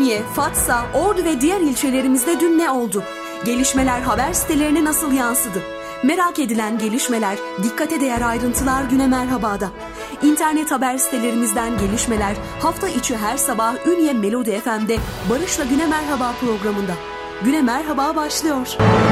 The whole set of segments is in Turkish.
Ünye, Fatsa, Ordu ve diğer ilçelerimizde dün ne oldu? Gelişmeler haber sitelerine nasıl yansıdı? Merak edilen gelişmeler, dikkate değer ayrıntılar Güne Merhaba'da. İnternet haber sitelerimizden gelişmeler hafta içi her sabah Ünye Melodi FM'de Barış'la Güne Merhaba programında. Güne Merhaba başlıyor.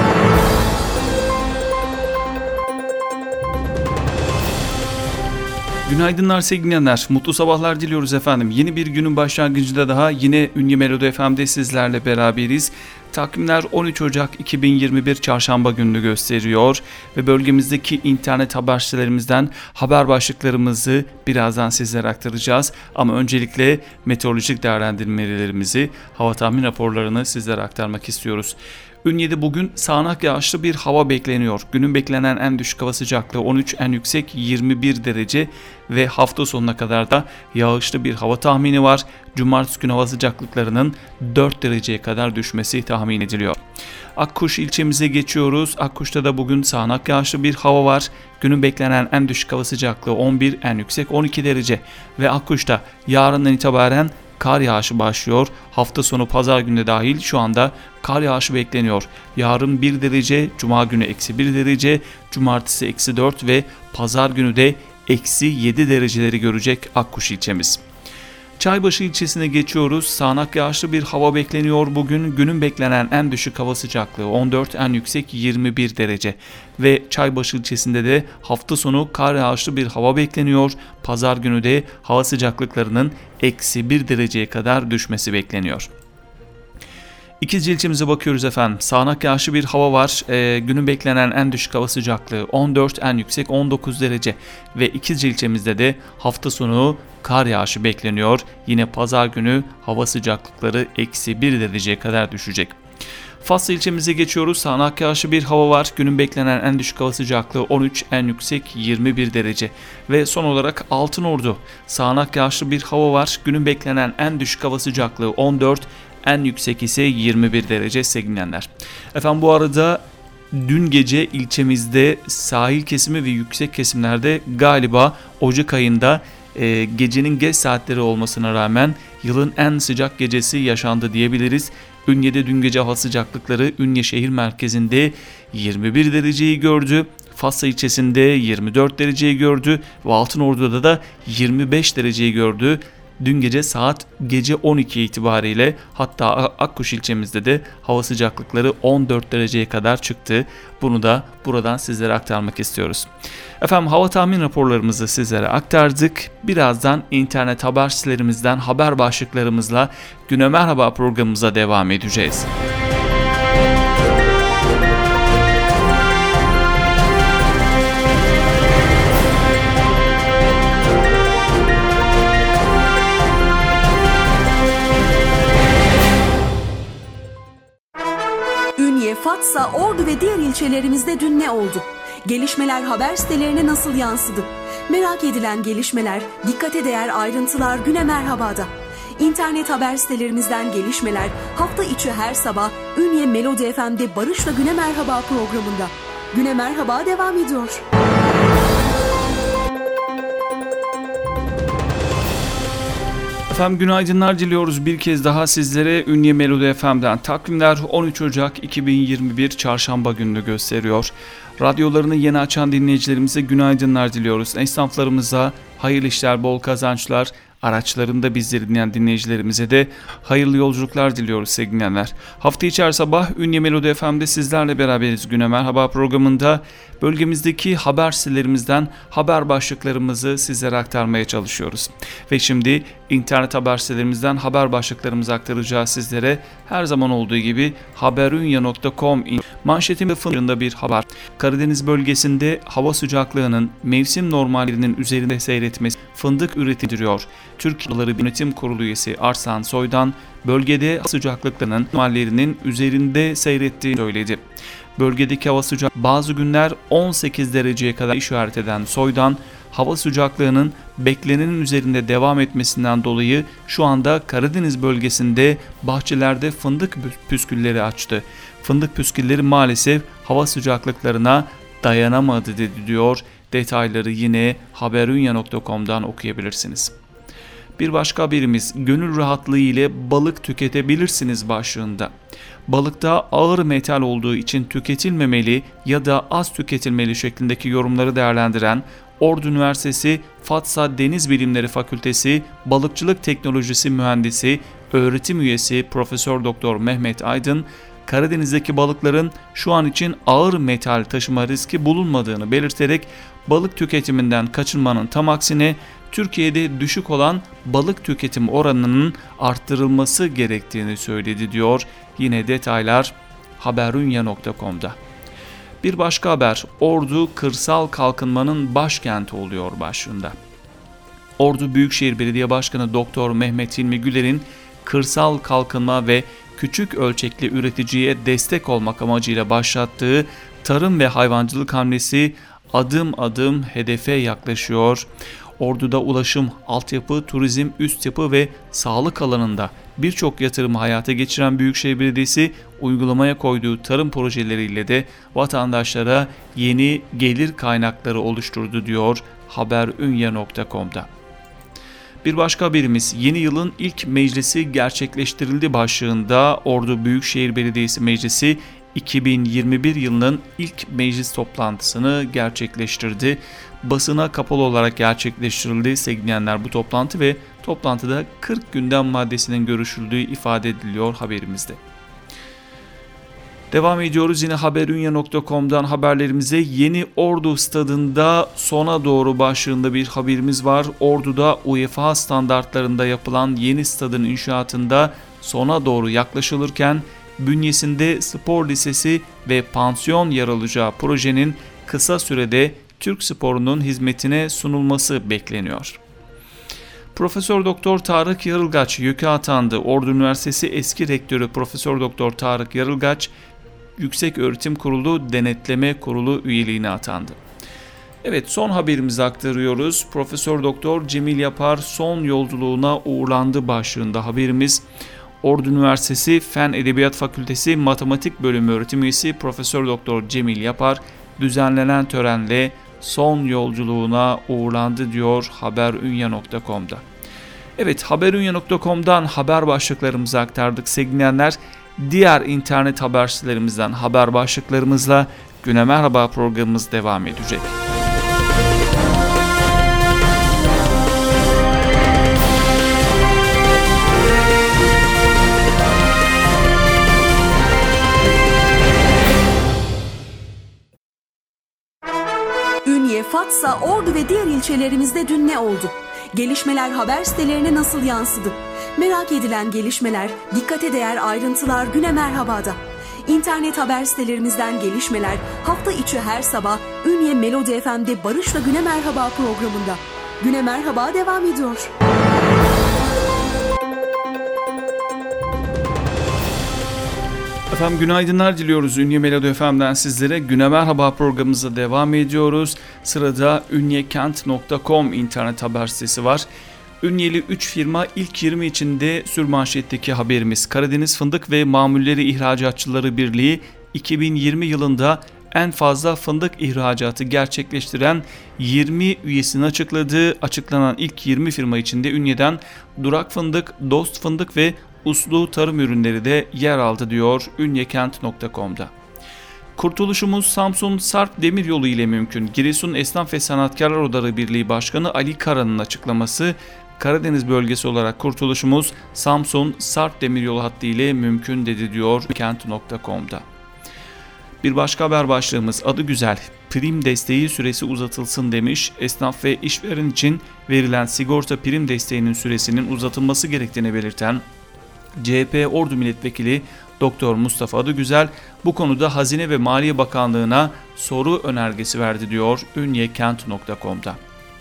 Günaydınlar sevgili dinleyenler, mutlu sabahlar diliyoruz efendim. Yeni bir günün başlangıcında daha yine Ünye Melodi FM'de sizlerle beraberiz. Takvimler 13 Ocak 2021 Çarşamba gününü gösteriyor ve bölgemizdeki internet haber sitelerimizden haber başlıklarımızı birazdan sizlere aktaracağız. Ama öncelikle meteorolojik değerlendirmelerimizi, hava tahmin raporlarını sizlere aktarmak istiyoruz. Ünye'de bugün sağanak yağışlı bir hava bekleniyor. Günün beklenen en düşük hava sıcaklığı 13, en yüksek 21 derece ve hafta sonuna kadar da yağışlı bir hava tahmini var. Cumartesi günü hava sıcaklıklarının 4 dereceye kadar düşmesi tahmin ediliyor. Akkuş ilçemize geçiyoruz. Akkuş'ta da bugün sağanak yağışlı bir hava var. Günün beklenen en düşük hava sıcaklığı 11, en yüksek 12 derece ve Akkuş'ta yarından itibaren kar yağışı başlıyor. Hafta sonu pazar günü dahil şu anda kar yağışı bekleniyor. Yarın 1 derece, cuma günü eksi 1 derece, cumartesi eksi 4 ve pazar günü de eksi 7 dereceleri görecek Akkuş ilçemiz. Çaybaşı ilçesine geçiyoruz. Sağanak yağışlı bir hava bekleniyor bugün. Günün beklenen en düşük hava sıcaklığı 14, en yüksek 21 derece. Ve Çaybaşı ilçesinde de hafta sonu kar yağışlı bir hava bekleniyor. Pazar günü de hava sıcaklıklarının eksi 1 dereceye kadar düşmesi bekleniyor. İkizce ilçemize bakıyoruz efendim. Sağanak yağışlı bir hava var. Günün beklenen en düşük hava sıcaklığı 14, en yüksek 19 derece. Ve İkizce ilçemizde de hafta sonu kar yağışı bekleniyor. Yine pazar günü hava sıcaklıkları eksi 1 dereceye kadar düşecek. Fatsa ilçemize geçiyoruz. Sağanak yağışlı bir hava var. Günün beklenen en düşük hava sıcaklığı 13, en yüksek 21 derece. Ve son olarak Altınordu. Sağanak yağışlı bir hava var. Günün beklenen en düşük hava sıcaklığı 14, en yüksek ise 21 derece sevgilenler. Efendim bu arada dün gece ilçemizde sahil kesimi ve yüksek kesimlerde galiba Ocak ayında gecenin geç saatleri olmasına rağmen yılın en sıcak gecesi yaşandı diyebiliriz. Ünye'de dün gece hava sıcaklıkları Ünye şehir merkezinde 21 dereceyi gördü. Fatsa ilçesinde 24 dereceyi gördü ve Altınordu'da da 25 dereceyi gördü. Dün gece saat gece 12 itibariyle, hatta Akkuş ilçemizde de hava sıcaklıkları 14 dereceye kadar çıktı. Bunu da buradan sizlere aktarmak istiyoruz. Efendim hava tahmin raporlarımızı sizlere aktardık. Birazdan internet haber sitelerimizden haber başlıklarımızla Güne Merhaba programımıza devam edeceğiz. Fatsa, Ordu ve diğer ilçelerimizde dün ne oldu? Gelişmeler haber sitelerine nasıl yansıdı? Merak edilen gelişmeler, dikkate değer ayrıntılar Güne Merhaba'da. İnternet haber sitelerimizden gelişmeler hafta içi her sabah Ünye Melodi FM'de Barış'la Güne Merhaba programında. Güne Merhaba devam ediyor. Efendim günaydınlar diliyoruz bir kez daha sizlere Ünye Melodi FM'den. Takvimler 13 Ocak 2021 Çarşamba gününü gösteriyor. Radyolarını yeni açan dinleyicilerimize günaydınlar diliyoruz. Esnaflarımıza hayırlı işler, bol kazançlar, araçlarında bizleri dinleyen dinleyicilerimize de hayırlı yolculuklar diliyoruz sevgili dinleyenler. Hafta içi her sabah Ünye Melodi FM'de sizlerle beraberiz. Güne Merhaba programında bölgemizdeki haber sitelerimizden haber başlıklarımızı sizlere aktarmaya çalışıyoruz. Ve şimdi internet haber sitelerimizden haber başlıklarımızı aktaracağız sizlere. Her zaman olduğu gibi haberünye.com manşetinde fındığında bir haber. Karadeniz bölgesinde hava sıcaklığının mevsim normallerinin üzerinde seyretmesi fındık üretiliyor. Türkiye Yılları Yönetim Kurulu üyesi Arslan Soydan bölgede sıcaklıklarının normallerinin üzerinde seyrettiğini söyledi. Bölgedeki hava sıcaklığı bazı günler 18 dereceye kadar işaret eden Soydan, hava sıcaklığının beklenenin üzerinde devam etmesinden dolayı şu anda Karadeniz bölgesinde bahçelerde fındık püskülleri açtı. Fındık püskülleri maalesef hava sıcaklıklarına dayanamadı dedi diyor. Detayları yine haberünya.com'dan okuyabilirsiniz. Bir başka haberimiz gönül rahatlığı ile balık tüketebilirsiniz başlığında. Balıkta ağır metal olduğu için tüketilmemeli ya da az tüketilmeli şeklindeki yorumları değerlendiren Ordu Üniversitesi Fatsa Deniz Bilimleri Fakültesi Balıkçılık Teknolojisi Mühendisi öğretim üyesi Profesör Doktor Mehmet Aydın, Karadeniz'deki balıkların şu an için ağır metal taşıma riski bulunmadığını belirterek balık tüketiminden kaçınmanın tam aksine Türkiye'de düşük olan balık tüketim oranının arttırılması gerektiğini söyledi diyor. Yine detaylar haberunya.com'da. Bir başka haber, Ordu kırsal kalkınmanın başkenti oluyor başlığında. Ordu Büyükşehir Belediye Başkanı Doktor Mehmet Hilmi Güler'in kırsal kalkınma ve küçük ölçekli üreticiye destek olmak amacıyla başlattığı tarım ve hayvancılık hamlesi adım adım hedefe yaklaşıyor. Ordu'da ulaşım, altyapı, turizm, üst yapı ve sağlık alanında birçok yatırımı hayata geçiren Büyükşehir Belediyesi uygulamaya koyduğu tarım projeleriyle de vatandaşlara yeni gelir kaynakları oluşturdu diyor haberunya.com'da. Bir başka haberimiz yeni yılın ilk meclisi gerçekleştirildi başlığında. Ordu Büyükşehir Belediyesi Meclisi 2021 yılının ilk meclis toplantısını gerçekleştirdi. Basına kapalı olarak gerçekleştirildi sevgilenler bu toplantı ve toplantıda 40 gündem maddesinin görüşüldüğü ifade ediliyor haberimizde. Devam ediyoruz yine haberunya.com'dan haberlerimize. Yeni Ordu Stadında sona doğru başlığında bir haberimiz var. Ordu'da UEFA standartlarında yapılan yeni stadın inşaatında sona doğru yaklaşılırken bünyesinde spor lisesi ve pansiyon yer alacağı projenin kısa sürede Türk sporunun hizmetine sunulması bekleniyor. Profesör Doktor Tarık Yarılgaç YÖK'e atandı. Ordu Üniversitesi eski rektörü Profesör Doktor Tarık Yarılgaç Yüksek Öğretim Kurulu Denetleme Kurulu üyeliğine atandı. Evet, son haberimizi aktarıyoruz. Profesör Doktor Cemil Yapar son yolculuğuna uğurlandı başlığında haberimiz. Ordu Üniversitesi Fen Edebiyat Fakültesi Matematik Bölümü öğretim üyesi Profesör Doktor Cemil Yapar düzenlenen törenle son yolculuğuna uğurlandı diyor haberunya.com'da. Evet, haberunya.com'dan haber başlıklarımızı aktardık sevgilenler. Diğer internet haber sitelerimizden haber başlıklarımızla Güne Merhaba programımız devam edecek. Ünye, Fatsa, Ordu ve diğer ilçelerimizde dün ne oldu? Gelişmeler haber sitelerine nasıl yansıdı? Merak edilen gelişmeler, dikkate değer ayrıntılar Güne Merhaba'da. İnternet haber sitelerimizden gelişmeler hafta içi her sabah Ünye Melodi FM'de Barış'la Güne Merhaba programında. Güne Merhaba devam ediyor. Efendim günaydınlar diliyoruz. Ünye Melodi FM'den sizlere Güne Merhaba programımıza devam ediyoruz. Sırada ünyekent.com internet haber sitesi var. Ünyeli 3 firma ilk 20 içinde sürmanşetteki haberimiz. Karadeniz Fındık ve Mamulleri İhracatçıları Birliği 2020 yılında en fazla fındık ihracatı gerçekleştiren 20 üyesini açıkladı. Açıklanan ilk 20 firma içinde Ünye'den Durak Fındık, Dost Fındık ve Uslu Tarım Ürünleri de yer aldı diyor ünyekent.com'da. Kurtuluşumuz Samsun Sarp Demiryolu ile mümkün. Giresun Esnaf ve Sanatkarlar Odaları Birliği Başkanı Ali Kara'nın açıklaması. Karadeniz bölgesi olarak kurtuluşumuz Samsun Sarp Demiryolu hattı ile mümkün dedi diyor kent.com'da. Bir başka haber başlığımız adı güzel. Prim desteği süresi uzatılsın demiş. Esnaf ve işveren için verilen sigorta prim desteğinin süresinin uzatılması gerektiğini belirten CHP Ordu Milletvekili Doktor Mustafa Adıgüzel bu konuda Hazine ve Maliye Bakanlığı'na soru önergesi verdi diyor ünyekent.com'da.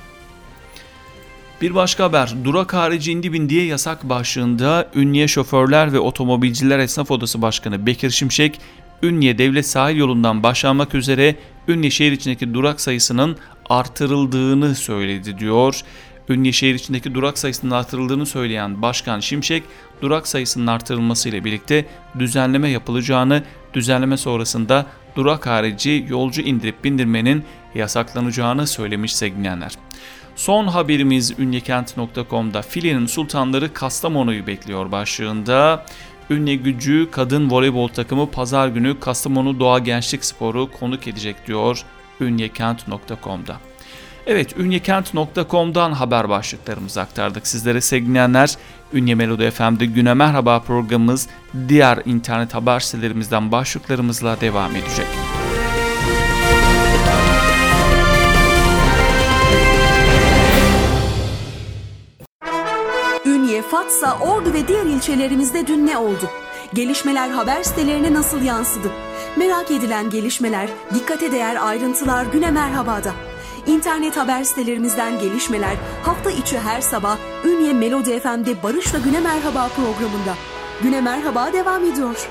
Bir başka haber, durak harici indi bindiye yasak başlığında Ünye Şoförler ve Otomobilciler Esnaf Odası Başkanı Bekir Şimşek, Ünye Devlet Sahil Yolu'ndan başlanmak üzere Ünye şehir içindeki durak sayısının artırıldığını söyledi diyor. Ünye şehir içindeki durak sayısının artırıldığını söyleyen Başkan Şimşek, durak sayısının artırılması ile birlikte düzenleme yapılacağını, düzenleme sonrasında durak harici yolcu indirip bindirmenin yasaklanacağını söylemiş sevgilenler. Son haberimiz ünyekent.com'da filenin sultanları Kastamonu'yu bekliyor başlığında. Ünye Gücü kadın voleybol takımı pazar günü Kastamonu Doğa Gençlik Sporu konuk edecek diyor ünyekent.com'da. Evet, ünyekent.com'dan haber başlıklarımızı aktardık sizlere sevgili dinleyenler. Ünye Melodi FM'de Güne Merhaba programımız diğer internet haber sitelerimizden başlıklarımızla devam edecek. Ünye, Fatsa, Ordu ve diğer ilçelerimizde dün ne oldu? Gelişmeler haber sitelerine nasıl yansıdı? Merak edilen gelişmeler, dikkate değer ayrıntılar Güne Merhaba'da. İnternet haber sitelerimizden gelişmeler hafta içi her sabah Ünye Melodi FM'de Barış'la Güne Merhaba programında. Güne Merhaba devam ediyor.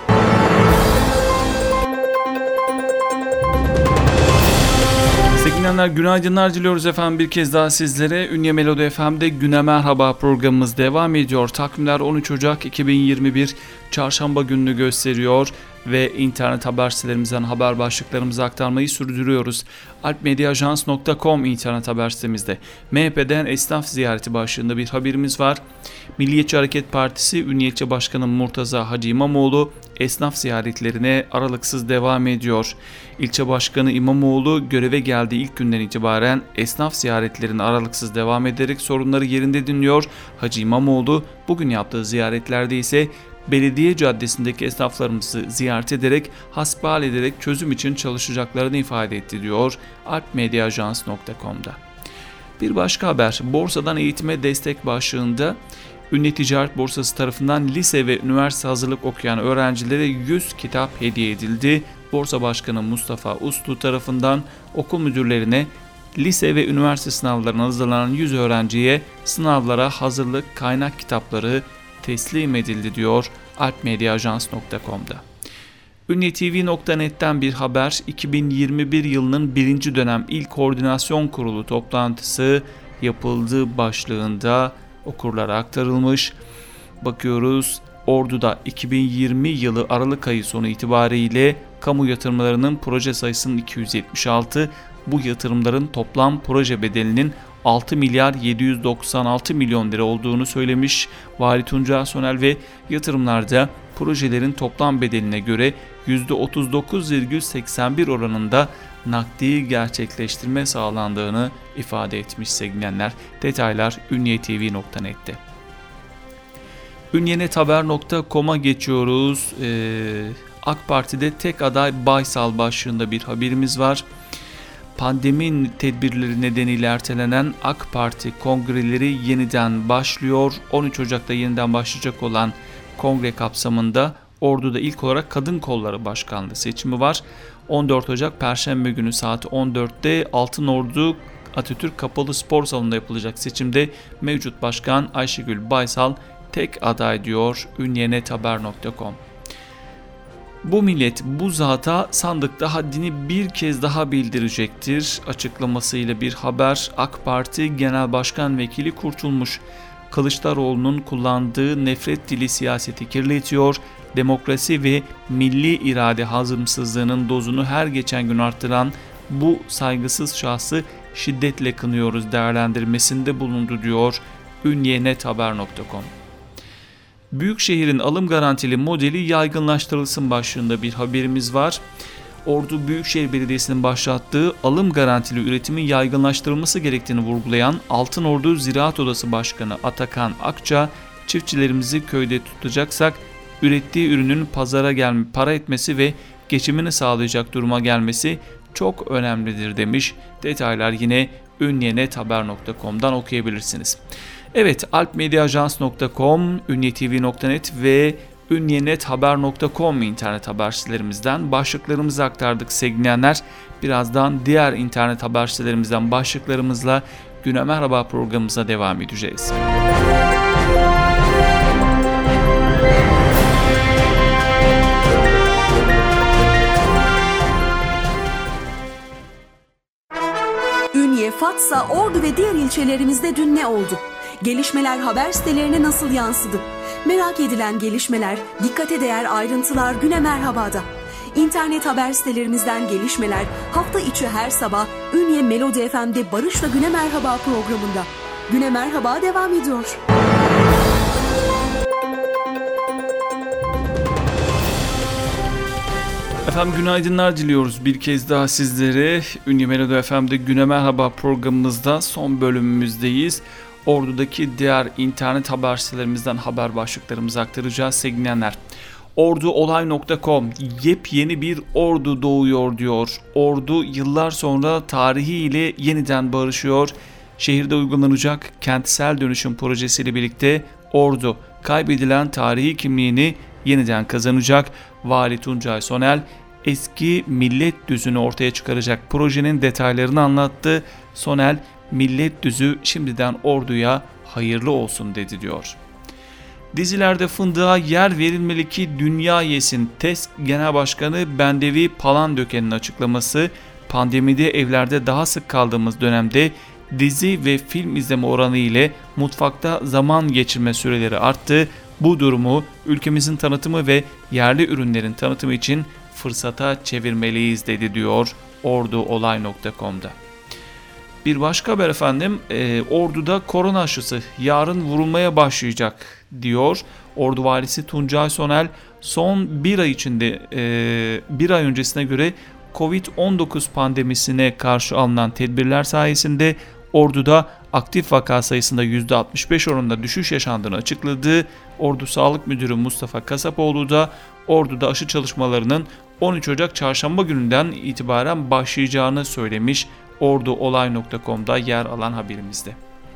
Sevgili günaydınlar diliyoruz efendim bir kez daha sizlere. Ünye Melodi FM'de Güne Merhaba programımız devam ediyor. Takvimler 13 Ocak 2021 Çarşamba gününü gösteriyor ve internet haber sitelerimizden haber başlıklarımızı aktarmayı sürdürüyoruz. alpmediaajans.com internet haber sitemizde MHP'den esnaf ziyareti başlığında bir haberimiz var. Milliyetçi Hareket Partisi Ünye İlçe Başkanı Murtaza Hacı İmamoğlu esnaf ziyaretlerine aralıksız devam ediyor. İlçe Başkanı İmamoğlu göreve geldiği ilk günden itibaren esnaf ziyaretlerine aralıksız devam ederek sorunları yerinde dinliyor. Hacı İmamoğlu bugün yaptığı ziyaretlerde ise Belediye Caddesi'ndeki esnaflarımızı ziyaret ederek hasbihal ederek çözüm için çalışacaklarını ifade etti diyor alpmediaajans.com'da. Bir başka haber borsadan eğitime destek başlığında Ünye Ticaret Borsası tarafından lise ve üniversite hazırlık okuyan öğrencilere 100 kitap hediye edildi. Borsa Başkanı Mustafa Uslu tarafından okul müdürlerine lise ve üniversite sınavlarına hazırlanan 100 öğrenciye sınavlara hazırlık kaynak kitapları teslim edildi diyor alpmediaajans.com'da. ünyetv.net'ten bir haber 2021 yılının 1. dönem İl Koordinasyon Kurulu toplantısı yapıldığı başlığında okurlara aktarılmış. Bakıyoruz Ordu'da 2020 yılı Aralık ayı sonu itibariyle kamu yatırımlarının proje sayısının 276, bu yatırımların toplam proje bedelinin 6 milyar 796 milyon lira olduğunu söylemiş Vali Tuncay Sonel ve yatırımlarda projelerin toplam bedeline göre %39,81 oranında nakdi gerçekleştirme sağlandığını ifade etmiş sevgilenler. Detaylar ünyetv.net'te. Ünyenethaber.com'a geçiyoruz. AK Parti'de tek aday Baysal başlığında bir haberimiz var. Pandemi tedbirleri nedeniyle ertelenen AK Parti kongreleri yeniden başlıyor. 13 Ocak'ta yeniden başlayacak olan kongre kapsamında Ordu'da ilk olarak Kadın Kolları Başkanlığı seçimi var. 14 Ocak Perşembe günü saat 14'te Altınordu Atatürk Kapalı Spor Salonu'nda yapılacak seçimde mevcut başkan Ayşegül Baysal tek aday diyor ünyenethaber.com. Bu millet bu zata sandıkta haddini bir kez daha bildirecektir açıklamasıyla bir haber. AK Parti Genel Başkan Vekili Kurtulmuş, Kılıçdaroğlu'nun kullandığı nefret dili siyaseti kirletiyor, demokrasi ve milli irade hazımsızlığının dozunu her geçen gün arttıran bu saygısız şahsı şiddetle kınıyoruz değerlendirmesinde bulundu diyor ünyenethaber.com. Büyükşehir'in alım garantili modeli yaygınlaştırılsın başlığında bir haberimiz var. Ordu Büyükşehir Belediyesi'nin başlattığı alım garantili üretimin yaygınlaştırılması gerektiğini vurgulayan Altınordu Ziraat Odası Başkanı Atakan Akça, çiftçilerimizi köyde tutacaksak ürettiği ürünün pazara para etmesi ve geçimini sağlayacak duruma gelmesi çok önemlidir demiş. Detaylar yine ünyenethaber.com'dan okuyabilirsiniz. Evet, alpmediaajans.com, ünyetv.net ve ünyenethaber.com internet haber sitelerimizden başlıklarımızı aktardık sevgilenler. Birazdan diğer internet haber sitelerimizden başlıklarımızla Güne Merhaba programımıza devam edeceğiz. Ünye, Fatsa, Ordu ve diğer ilçelerimizde dün ne oldu? Gelişmeler haber sitelerine nasıl yansıdı? Merak edilen gelişmeler, dikkate değer ayrıntılar Güne Merhaba'da. İnternet haber sitelerimizden gelişmeler hafta içi her sabah Ünye Melodi FM'de Barış'la Güne Merhaba programında. Güne Merhaba devam ediyor. Efendim günaydınlar diliyoruz bir kez daha sizlere. Ünye Melodi FM'de Güne Merhaba programımızda son bölümümüzdeyiz. Ordu'daki diğer internet haber sitelerimizden haber başlıklarımızı aktaracağız sevgili dinleyenler. Orduolay.com yepyeni bir ordu doğuyor diyor. Ordu yıllar sonra tarihiyle yeniden barışıyor. Şehirde uygulanacak kentsel dönüşüm projesiyle birlikte Ordu kaybedilen tarihi kimliğini yeniden kazanacak. Vali Tuncay Sonel eski millet düzünü ortaya çıkaracak projenin detaylarını anlattı. Sonel millet düzü şimdiden Ordu'ya hayırlı olsun dedi diyor. Dizilerde fındığa yer verilmeli ki dünya yesin. TESK Genel Başkanı Bendevi Palandöken'in açıklaması, pandemide evlerde daha sık kaldığımız dönemde dizi ve film izleme oranı ile mutfakta zaman geçirme süreleri arttı. Bu durumu ülkemizin tanıtımı ve yerli ürünlerin tanıtımı için fırsata çevirmeliyiz dedi diyor Orduolay.com'da. Bir başka haber efendim, Ordu'da korona aşısı yarın vurulmaya başlayacak diyor. Ordu valisi Tuncay Sonel son bir ay içinde bir ay öncesine göre Covid-19 pandemisine karşı alınan tedbirler sayesinde Ordu'da aktif vaka sayısında %65 oranında düşüş yaşandığını açıkladı. Ordu Sağlık Müdürü Mustafa Kasapoğlu da Ordu'da aşı çalışmalarının 13 Ocak Çarşamba gününden itibaren başlayacağını söylemiş. Orduolay.com'da yer alan haberimizde.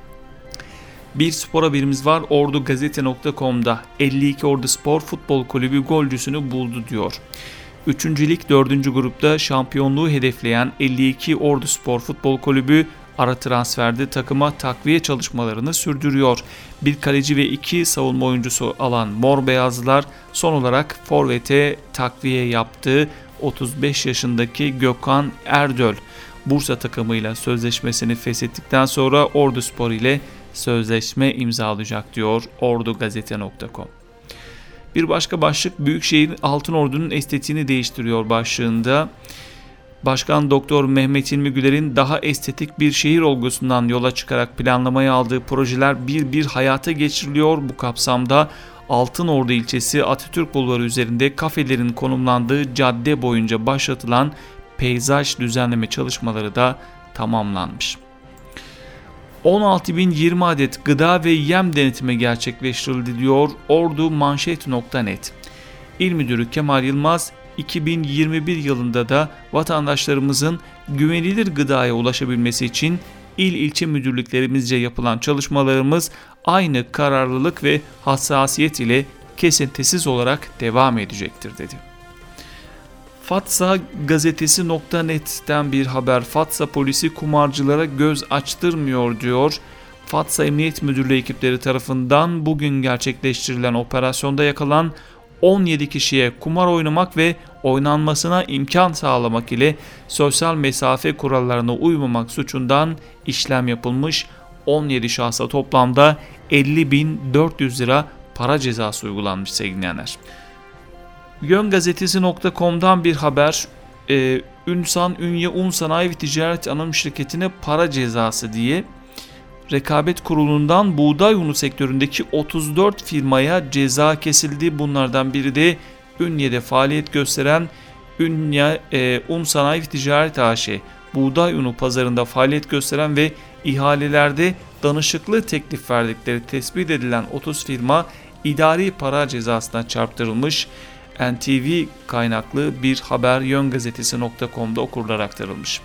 Bir spor haberimiz var. Ordugazete.com'da 52 Ordu Spor Futbol Kulübü golcüsünü buldu diyor. 3. Lig 4. grupta şampiyonluğu hedefleyen 52 Ordu Spor Futbol Kulübü ara transferde takıma takviye çalışmalarını sürdürüyor. Bir kaleci ve 2 savunma oyuncusu alan Mor Beyazlılar son olarak forvete takviye yaptı. 35 yaşındaki Gökhan Erdöl Bursa takımıyla sözleşmesini feshettikten sonra Orduspor ile sözleşme imzalayacak diyor Ordugazete.com. Bir başka başlık Büyükşehir Altınordu'nun estetiğini değiştiriyor başlığında. Başkan Doktor Mehmet İlmi Güler'in daha estetik bir şehir olgusundan yola çıkarak planlamaya aldığı projeler bir hayata geçiriliyor. Bu kapsamda Altınordu ilçesi Atatürk Bulvarı üzerinde kafelerin konumlandığı cadde boyunca başlatılan peyzaj düzenleme çalışmaları da tamamlanmış. 16.020 adet gıda ve yem denetimi gerçekleştirildi diyor ordumanşet.net. İl Müdürü Kemal Yılmaz, 2021 yılında da vatandaşlarımızın güvenilir gıdaya ulaşabilmesi için ilçe müdürlüklerimizce yapılan çalışmalarımız aynı kararlılık ve hassasiyet ile kesintisiz olarak devam edecektir dedi. Fatsa gazetesi.net'ten bir haber. Fatsa polisi kumarcılara göz açtırmıyor diyor. Fatsa Emniyet Müdürlüğü ekipleri tarafından bugün gerçekleştirilen operasyonda yakalan 17 kişiye kumar oynamak ve oynanmasına imkan sağlamak ile sosyal mesafe kurallarına uymamak suçundan işlem yapılmış. 17 şahsa toplamda 50.400 lira para cezası uygulanmış sevgili dinleyenler. Yöngazetesi.com'dan bir haber. Ünsan Ünye Un Sanayi ve Ticaret Anonim Şirketi'ne para cezası diye Rekabet Kurulu'ndan buğday unu sektöründeki 34 firmaya ceza kesildi. Bunlardan biri de Ünye'de faaliyet gösteren Ünye Un Sanayi ve Ticaret AŞ. Buğday unu pazarında faaliyet gösteren ve ihalelerde danışıklı teklif verdikleri tespit edilen 30 firma idari para cezasına çarptırılmış. NTV kaynaklı bir haber Yöngazetesi.com'da okurlara aktarılmış.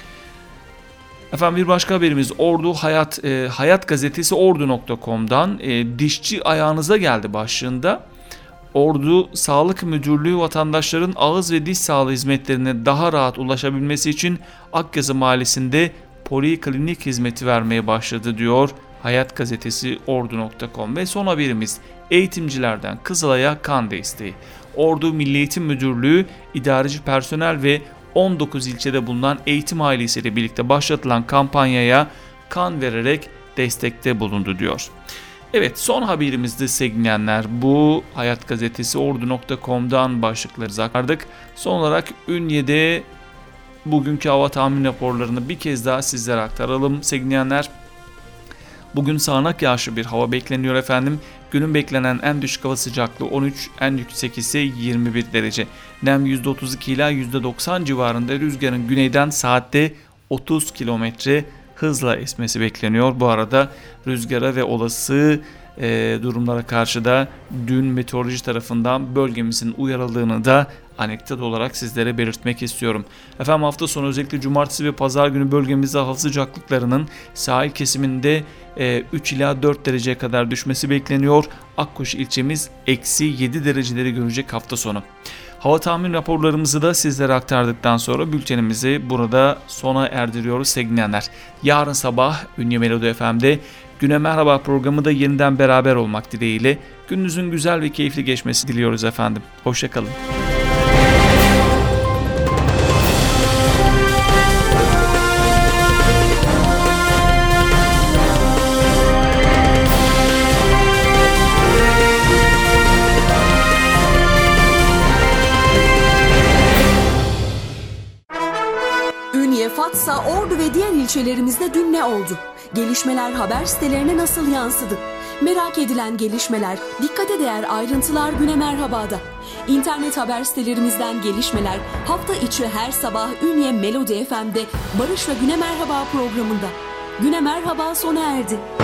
Efendim bir başka haberimiz Ordu Hayat Gazetesi Ordu.com'dan dişçi ayağınıza geldi başlığında. Ordu Sağlık Müdürlüğü vatandaşların ağız ve diş sağlığı hizmetlerine daha rahat ulaşabilmesi için Akyazı Mahallesi'nde poliklinik hizmeti vermeye başladı diyor Hayat Gazetesi Ordu.com. Ve son haberimiz eğitimcilerden Kızılay'a kan desteği. Ordu Milli Eğitim Müdürlüğü idareci personel ve 19 ilçede bulunan eğitim ailesiyle birlikte başlatılan kampanyaya kan vererek destekte bulundu diyor. Evet, son haberimizde sevgilenler bu Hayat Gazetesi ordu.com'dan başlıkları aktardık. Son olarak Ünye'de bugünkü hava tahmin raporlarını bir kez daha sizlere aktaralım sevgilenler. Bugün sağanak yağışlı bir hava bekleniyor efendim. Günün beklenen en düşük hava sıcaklığı 13, en yüksek ise 21 derece. Nem %32 ila %90 civarında, rüzgarın güneyden saatte 30 kilometre hızla esmesi bekleniyor. Bu arada rüzgara ve olası durumlara karşı da dün meteoroloji tarafından bölgemizin uyarıldığını da anekdot olarak sizlere belirtmek istiyorum. Efendim hafta sonu özellikle cumartesi ve pazar günü bölgemizde hava sıcaklıklarının sahil kesiminde 3 ila 4 dereceye kadar düşmesi bekleniyor. Akkuş ilçemiz -7 dereceleri görecek hafta sonu. Hava tahmin raporlarımızı da sizlere aktardıktan sonra bültenimizi burada sona erdiriyoruz sevgilenler. Yarın sabah Ünye Melodi FM'de Güne Merhaba programı da yeniden beraber olmak dileğiyle gününüzün güzel ve keyifli geçmesi diliyoruz efendim. Hoşçakalın. Fatsa, Ordu ve diğer ilçelerimizde dün ne oldu? Gelişmeler haber sitelerine nasıl yansıdı? Merak edilen gelişmeler, dikkate değer ayrıntılar Güne Merhaba'da. İnternet haber sitelerimizden gelişmeler hafta içi her sabah Ünye Melodi FM'de Barış ve Güne Merhaba programında. Güne Merhaba sona erdi.